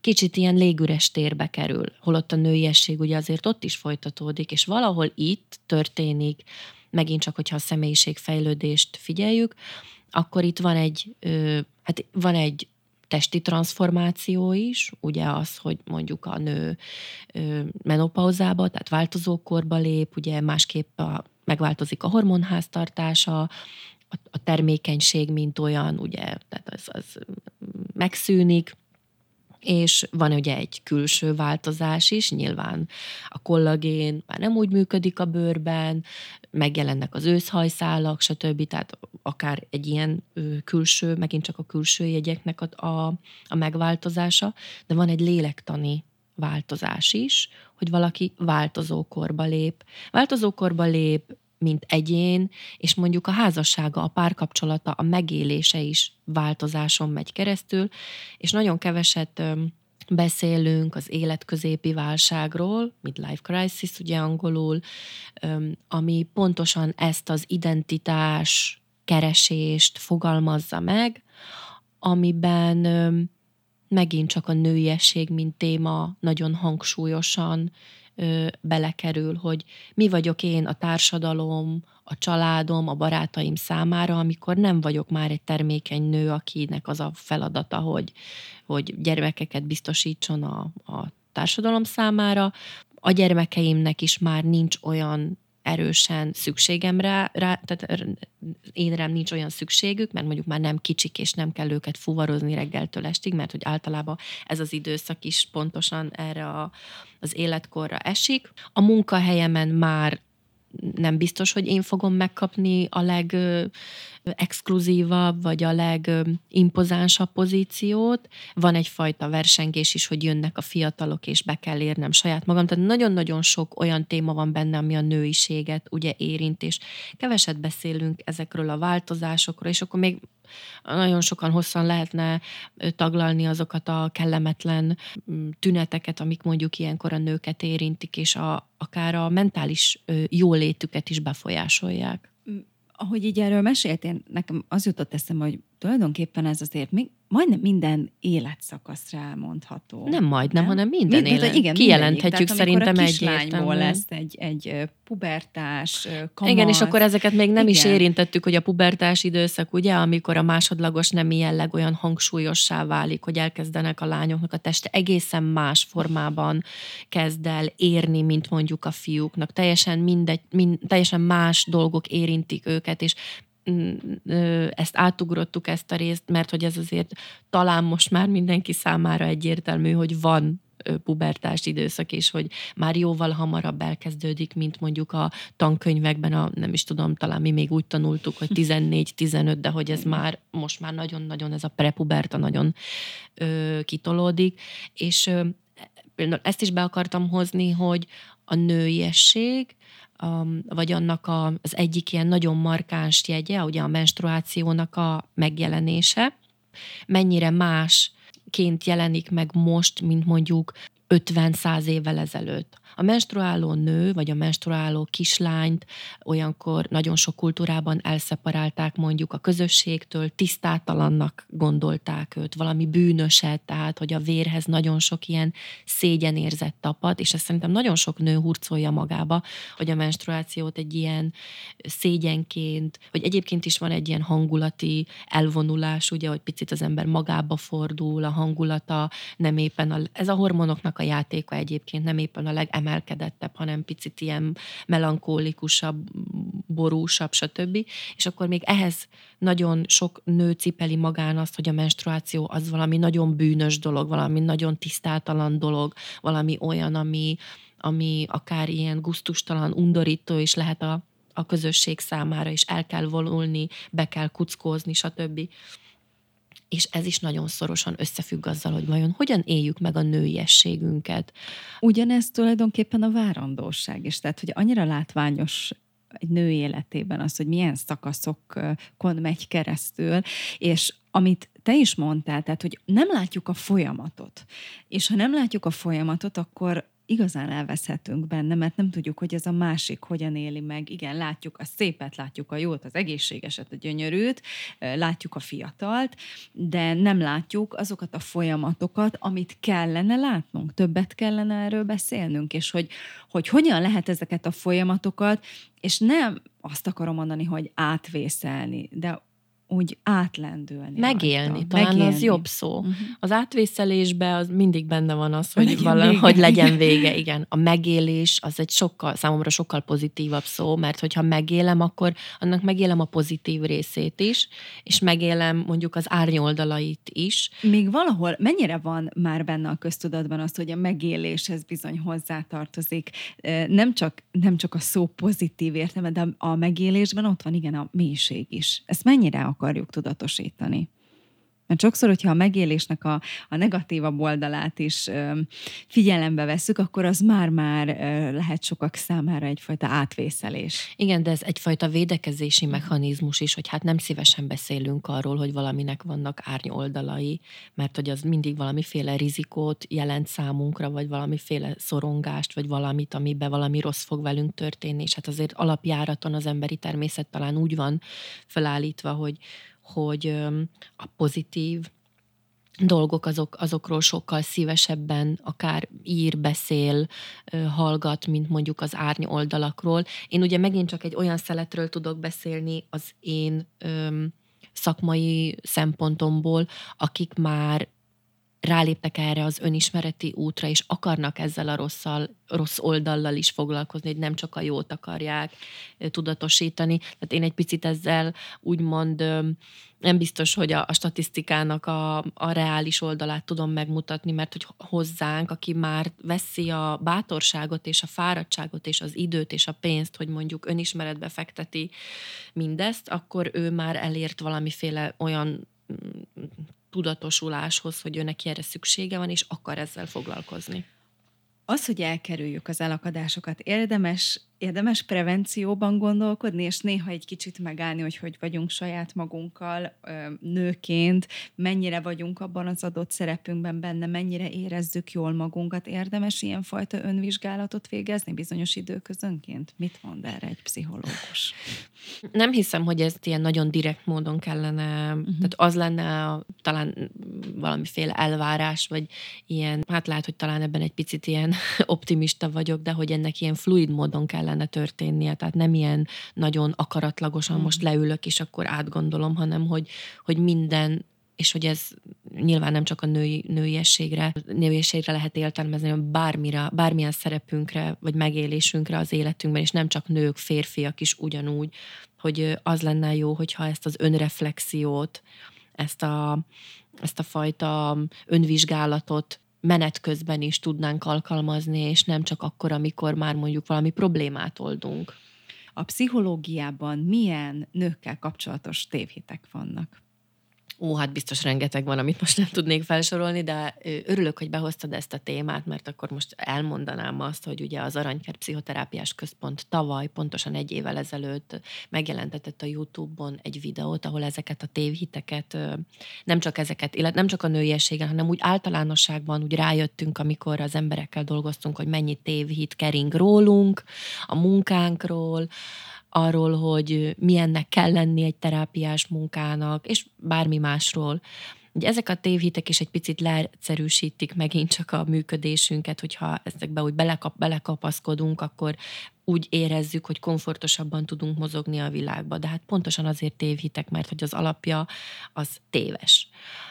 kicsit ilyen légüres térbe kerül, holott a nőiesség ugye azért ott is folytatódik, és valahol itt történik, megint csak, hogyha a személyiségfejlődést figyeljük, akkor itt van egy, hát van egy testi transformáció is, ugye az, hogy mondjuk a nő menopauzába, tehát változókorba lép, ugye másképp a, megváltozik a hormonháztartása, a termékenység, mint olyan, ugye, tehát az, az megszűnik, és van ugye egy külső változás is, nyilván a kollagén már nem úgy működik a bőrben, megjelennek az őszhajszálak, stb. Tehát akár egy ilyen külső, megint csak a külső jegyeknek a, a, a megváltozása, de van egy lélektani változás is, hogy valaki változókorba lép. Változókorba lép, mint egyén, és mondjuk a házassága, a párkapcsolata, a megélése is változáson megy keresztül, és nagyon keveset beszélünk az életközépi válságról, midlife crisis, ugye angolul, ami pontosan ezt az identitás keresést fogalmazza meg, amiben megint csak a nőiesség, mint téma nagyon hangsúlyosan ö, belekerül, hogy mi vagyok én a társadalom, a családom, a barátaim számára, amikor nem vagyok már egy termékeny nő, akinek az a feladata, hogy, hogy gyermekeket biztosítson a, a társadalom számára. A gyermekeimnek is már nincs olyan erősen szükségem rá, rá, tehát én rám nincs olyan szükségük, mert mondjuk már nem kicsik, és nem kell őket fuvarozni reggeltől estig, mert hogy általában ez az időszak is pontosan erre a, az életkorra esik. A munkahelyemen már nem biztos, hogy én fogom megkapni a legexkluzívabb, vagy a legimpozánsabb pozíciót. Van egyfajta versengés is, hogy jönnek a fiatalok, és be kell érnem saját magam. Tehát nagyon-nagyon sok olyan téma van benne, ami a nőiséget ugye érint, és keveset beszélünk ezekről a változásokról, és akkor még nagyon sokan hosszan lehetne taglalni azokat a kellemetlen tüneteket, amik mondjuk ilyenkor a nőket érintik, és a, akár a mentális jólétüket is befolyásolják. Ahogy így erről meséltél, nekem az jutott eszembe, hogy tulajdonképpen ez azért még majdnem minden életszakaszra elmondható. Nem majdnem, nem? hanem minden Mind, élet. Igen, kijelenthetjük tehát, szerintem egy egyértelműen. lesz egy, egy pubertás, kamasz. Igen, és akkor ezeket még nem igen. is érintettük, hogy a pubertás időszak, ugye, amikor a másodlagos nemi jelleg olyan hangsúlyossá válik, hogy elkezdenek a lányoknak a teste egészen más formában kezd el érni, mint mondjuk a fiúknak. Teljesen mindegy, mind, teljesen más dolgok érintik őket, és ezt átugrottuk, ezt a részt, mert hogy ez azért talán most már mindenki számára egyértelmű, hogy van pubertás időszak, és hogy már jóval hamarabb elkezdődik, mint mondjuk a tankönyvekben, a, nem is tudom, talán mi még úgy tanultuk, hogy tizennégy-tizenöt, de hogy ez már, most már nagyon-nagyon ez a prepuberta nagyon ö, kitolódik, és ö, például ezt is be akartam hozni, hogy a nőiesség, Um, vagy annak a, az egyik ilyen nagyon markáns jegye, ugye a menstruációnak a megjelenése, mennyire másként jelenik meg most, mint mondjuk ötven-száz évvel ezelőtt. A menstruáló nő, vagy a menstruáló kislányt olyankor nagyon sok kultúrában elszeparálták mondjuk a közösségtől, tisztátalannak gondolták őt, valami bűnöset, tehát hogy a vérhez nagyon sok ilyen szégyenérzet tapad, és ezt szerintem nagyon sok nő hurcolja magába, hogy a menstruációt egy ilyen szégyenként, vagy egyébként is van egy ilyen hangulati elvonulás, ugye, hogy picit az ember magába fordul, a hangulata nem éppen, a, ez a hormonoknak a játéka egyébként nem éppen a legemelkedettebb, hanem picit ilyen melankólikusabb, borúsabb, stb. És akkor még ehhez nagyon sok nő cipeli magán azt, hogy a menstruáció az valami nagyon bűnös dolog, valami nagyon tisztátalan dolog, valami olyan, ami, ami akár ilyen gusztustalan, undorító is lehet a, a közösség számára, és el kell vonulni, be kell kuckózni, stb. És ez is nagyon szorosan összefügg azzal, hogy vajon hogyan éljük meg a nőiességünket. Ugyanez tulajdonképpen a várandóság is, tehát hogy annyira látványos egy nő életében az, hogy milyen szakaszokon megy keresztül, és amit te is mondtál, tehát hogy nem látjuk a folyamatot. És ha nem látjuk a folyamatot, akkor igazán elveszhetünk benne, mert nem tudjuk, hogy ez a másik hogyan éli meg. Igen, látjuk a szépet, látjuk a jót, az egészségeset, a gyönyörűt, látjuk a fiatalt, de nem látjuk azokat a folyamatokat, amit kellene látnunk, többet kellene erről beszélnünk, és hogy, hogy hogyan lehet ezeket a folyamatokat, és nem azt akarom mondani, hogy átvészelni, de úgy átlendülni. Megélni, rajta. talán Megélni. az jobb szó. Uh-huh. Az átvészelésben az mindig benne van az, hogy, Legyen valami, vége. hogy legyen vége. Igen. A megélés az egy sokkal, számomra sokkal pozitívabb szó, mert hogyha megélem, akkor annak megélem a pozitív részét is, és megélem mondjuk az árnyoldalait is. Még valahol mennyire van már benne a köztudatban az, hogy a megéléshez bizony hozzátartozik. Nem csak, nem csak a szó pozitív értelme, de a megélésben ott van igen a mélység is. Ezt mennyire akarjuk tudatosítani? Mert sokszor, hogyha a megélésnek a, a negatívabb oldalát is ö, figyelembe vesszük, akkor az már-már ö, lehet sokak számára egyfajta átvészelés. Igen, de ez egyfajta védekezési mechanizmus is, hogy hát nem szívesen beszélünk arról, hogy valaminek vannak árnyoldalai, mert hogy az mindig valamiféle rizikót jelent számunkra, vagy valamiféle szorongást, vagy valamit, amiben valami rossz fog velünk történni, és hát azért alapjáraton az emberi természet talán úgy van felállítva, hogy hogy a pozitív dolgok azok, azokról sokkal szívesebben akár ír, beszél, hallgat, mint mondjuk az árny oldalakról. Én ugye megint csak egy olyan szeletről tudok beszélni az én öm, szakmai szempontomból, akik már ráléptek erre az önismereti útra, és akarnak ezzel a rosszal, rossz oldallal is foglalkozni, hogy nem csak a jót akarják tudatosítani. Tehát én egy picit ezzel úgymond nem biztos, hogy a, a statisztikának a, a reális oldalát tudom megmutatni, mert hogy hozzánk, aki már veszi a bátorságot és a fáradtságot és az időt és a pénzt, hogy mondjuk önismeretbe fekteti mindezt, akkor ő már elért valamiféle olyan tudatosuláshoz, hogy ő neki erre szüksége van, és akar ezzel foglalkozni. Az, hogy elkerüljük az elakadásokat, érdemes, érdemes prevencióban gondolkodni, és néha egy kicsit megállni, hogy hogy vagyunk saját magunkkal nőként, mennyire vagyunk abban az adott szerepünkben benne, mennyire érezzük jól magunkat. Érdemes ilyenfajta önvizsgálatot végezni bizonyos időközönként? Mit mond erre egy pszichológus? Nem hiszem, hogy ezt ilyen nagyon direkt módon kellene, uh-huh. tehát az lenne a, talán valamiféle elvárás, vagy ilyen, hát lehet, hogy talán ebben egy picit ilyen optimista vagyok, de hogy ennek ilyen fluid módon kellene történnie, tehát nem ilyen nagyon akaratlagosan most leülök, és akkor átgondolom, hanem hogy, hogy minden, és hogy ez nyilván nem csak a női, nőiességre, nőiességre lehet értelmezni, hanem bármire, bármilyen szerepünkre, vagy megélésünkre az életünkben, és nem csak nők, férfiak is ugyanúgy, hogy az lenne jó, hogyha ezt az önreflexiót, ezt a, ezt a fajta önvizsgálatot menet közben is tudnánk alkalmazni, és nem csak akkor, amikor már mondjuk valami problémát oldunk. A pszichológiában milyen nőkkel kapcsolatos tévhitek vannak? Ó, hát biztos rengeteg van, amit most nem tudnék felsorolni, de örülök, hogy behoztad ezt a témát, mert akkor most elmondanám azt, hogy ugye az Aranykert Pszichoterápiás Központ tavaly, pontosan egy évvel ezelőtt megjelentetett a YouTube-on egy videót, ahol ezeket a tévhiteket, nem csak ezeket, illetve nem csak a nőiességen, hanem úgy általánosságban úgy rájöttünk, amikor az emberekkel dolgoztunk, hogy mennyi tévhit kering rólunk, a munkánkról, arról, hogy milyennek kell lenni egy terápiás munkának, és bármi másról. Ugye ezek a tévhitek is egy picit leegyszerűsítik megint csak a működésünket, hogyha ezekbe úgy belekap, belekapaszkodunk, akkor úgy érezzük, hogy komfortosabban tudunk mozogni a világba. De hát pontosan azért tévhitek, mert hogy az alapja az téves.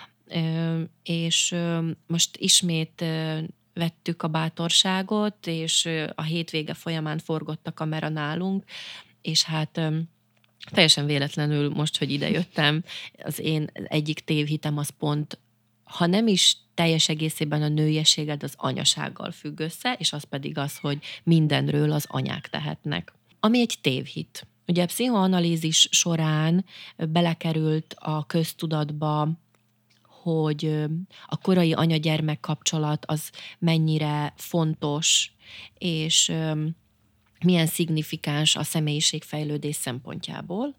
És most ismét vettük a bátorságot, és a hétvége folyamán forgott a kamera nálunk, és hát teljesen véletlenül most, hogy idejöttem, az én egyik tévhitem az pont, ha nem is teljes egészében a nőiességed az anyasággal függ össze, és az pedig az, hogy mindenről az anyák tehetnek. Ami egy tévhit. Ugye a pszichoanalízis során belekerült a köztudatba, hogy a korai anya-gyermek kapcsolat az mennyire fontos, és milyen szignifikáns a személyiségfejlődés szempontjából.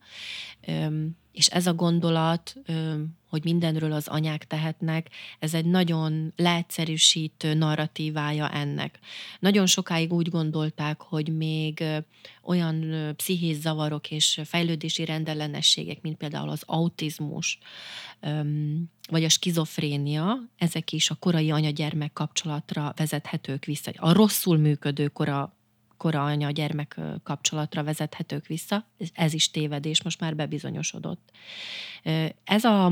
És ez a gondolat, hogy mindenről az anyák tehetnek, ez egy nagyon leegyszerűsítő narratívája ennek. Nagyon sokáig úgy gondolták, hogy még olyan pszichés zavarok és fejlődési rendellenességek, mint például az autizmus, vagy a skizofrénia, ezek is a korai anya-gyermek kapcsolatra vezethetők vissza. A rosszul működő kora kora anya-gyermek kapcsolatra vezethetők vissza. Ez is tévedés, most már bebizonyosodott. Ez a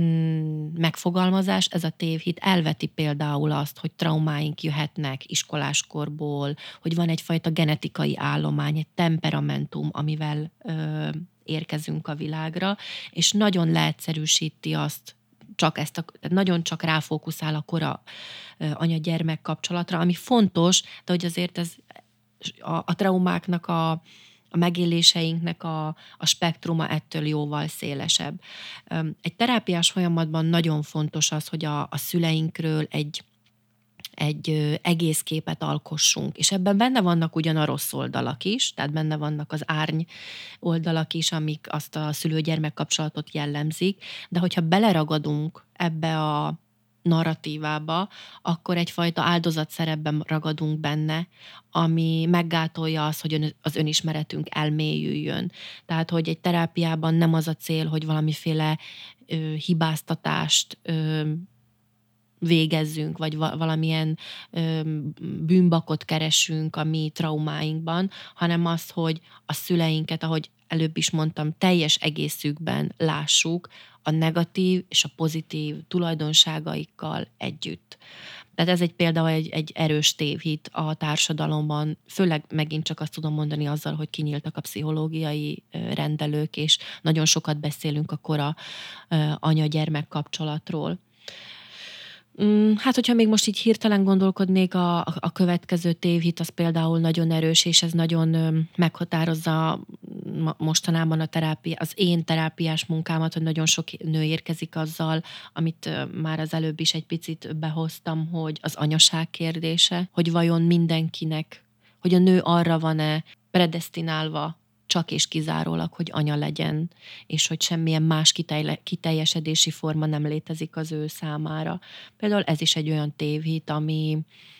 megfogalmazás, ez a tévhit elveti például azt, hogy traumáink jöhetnek iskoláskorból, hogy van egyfajta genetikai állomány, egy temperamentum, amivel ö, érkezünk a világra, és nagyon leegyszerűsíti azt, csak ezt a, nagyon csak ráfókuszál a kora anya-gyermek kapcsolatra, ami fontos, de hogy azért ez A, a traumáknak, a, a megéléseinknek a, a spektruma ettől jóval szélesebb. Egy terápiás folyamatban nagyon fontos az, hogy a, a szüleinkről egy, egy egész képet alkossunk, és ebben benne vannak ugyan a rossz oldalak is, tehát benne vannak az árny oldalak is, amik azt a szülő-gyermek kapcsolatot jellemzik, de hogyha beleragadunk ebbe a narratívába, akkor egyfajta áldozatszerepben ragadunk benne, ami meggátolja azt, hogy az önismeretünk elmélyüljön. Tehát, hogy egy terápiában nem az a cél, hogy valamiféle ö, hibáztatást ö, végezzünk, vagy valamilyen ö, bűnbakot keresünk a mi traumáinkban, hanem az, hogy a szüleinket, ahogy előbb is mondtam, teljes egészükben lássuk, a negatív és a pozitív tulajdonságaikkal együtt. Tehát ez egy például egy, egy erős tévhit a társadalomban, főleg megint csak azt tudom mondani azzal, hogy kinyíltak a pszichológiai rendelők, és nagyon sokat beszélünk a kora anya-gyermek kapcsolatról. Hát, hogyha még most így hirtelen gondolkodnék, a, a következő tévhit az például nagyon erős, és ez nagyon meghatározza mostanában a terápia, az én terápiás munkámat, hogy nagyon sok nő érkezik azzal, amit már az előbb is egy picit behoztam, hogy az anyaság kérdése, hogy vajon mindenkinek, hogy a nő arra van-e predesztinálva, csak és kizárólag, hogy anya legyen, és hogy semmilyen más kiteljesedési forma nem létezik az ő számára. Például ez is egy olyan tévhit, ami,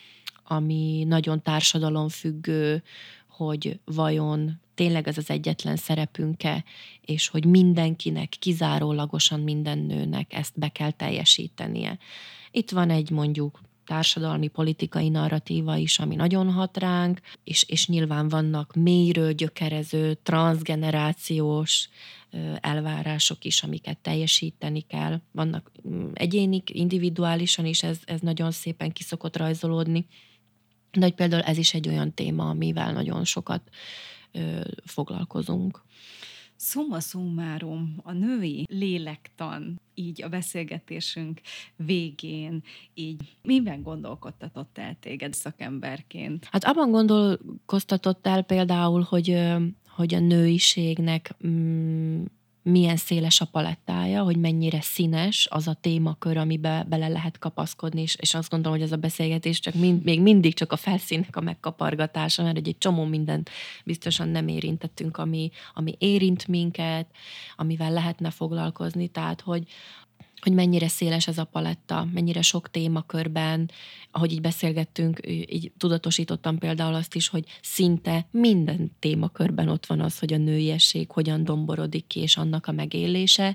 ami nagyon társadalomfüggő, hogy vajon tényleg ez az egyetlen szerepünk-e, és hogy mindenkinek, kizárólagosan minden nőnek ezt be kell teljesítenie. Itt van egy mondjuk társadalmi, politikai narratíva is, ami nagyon hat ránk, és, és nyilván vannak mélyről gyökerező, transzgenerációs elvárások is, amiket teljesíteni kell. Vannak egyénik, individuálisan is ez, ez nagyon szépen ki szokott rajzolódni, de hogy például ez is egy olyan téma, amivel nagyon sokat ö, foglalkozunk. Summa summarum, a női lélektan így a beszélgetésünk végén, így miben gondolkodtatott el téged szakemberként? Hát abban gondolkoztatott el például, hogy, hogy a nőiségnek mm, milyen széles a palettája, hogy mennyire színes az a témakör, amibe bele lehet kapaszkodni, és, és azt gondolom, hogy ez a beszélgetés csak mind, még mindig csak a felszínnek a megkapargatása, mert egy csomó mindent biztosan nem érintettünk, ami, ami érint minket, amivel lehetne foglalkozni, tehát hogy hogy mennyire széles ez a paletta, mennyire sok témakörben, ahogy így beszélgettünk, így tudatosítottam például azt is, hogy szinte minden témakörben ott van az, hogy a nőiesség hogyan domborodik ki, és annak a megélése,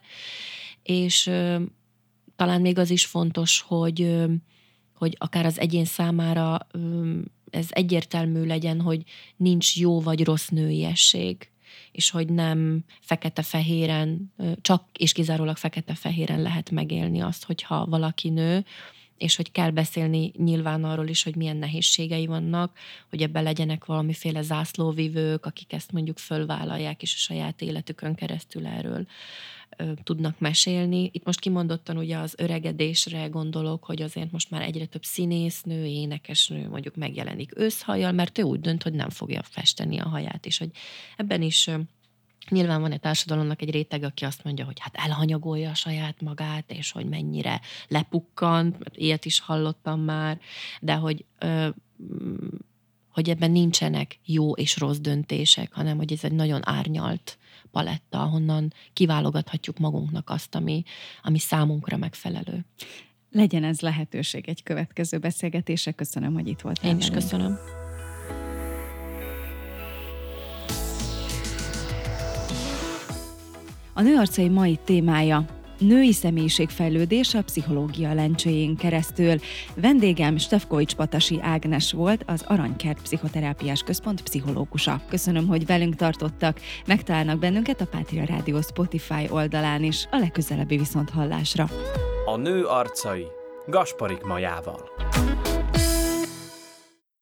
és ö, talán még az is fontos, hogy, ö, hogy akár az egyén számára ö, ez egyértelmű legyen, hogy nincs jó vagy rossz nőiesség, és hogy nem fekete-fehéren, csak és kizárólag fekete-fehéren lehet megélni azt, hogyha valaki nő, és hogy kell beszélni nyilván arról is, hogy milyen nehézségei vannak, hogy ebben legyenek valamiféle zászlóvivők, akik ezt mondjuk fölvállalják, és a saját életükön keresztül erről ö, tudnak mesélni. Itt most kimondottan ugye az öregedésre gondolok, hogy azért most már egyre több színésznő, énekesnő mondjuk megjelenik őszhajjal, mert ő úgy dönt, hogy nem fogja festeni a haját, és hogy ebben is ö, nyilván van egy társadalomnak egy réteg, aki azt mondja, hogy hát elhanyagolja a saját magát, és hogy mennyire lepukkant, ilyet is hallottam már, de hogy, ö, hogy ebben nincsenek jó és rossz döntések, hanem hogy ez egy nagyon árnyalt paletta, ahonnan kiválogathatjuk magunknak azt, ami, ami számunkra megfelelő. Legyen ez lehetőség egy következő beszélgetésre. Köszönöm, hogy itt voltál. Én is köszönöm. A Nő arcai mai témája: női személyiségfejlődés a pszichológia lencséjén keresztül. Vendégem Stefkovics Patasi Ágnes volt, az Aranykert Pszichoterápiás Központ pszichológusa. Köszönöm, hogy velünk tartottak. Megtalálnak bennünket a Pátria Rádió Spotify oldalán is. A legközelebbi viszonthallásra. A Nő arcai Gasparik Majával.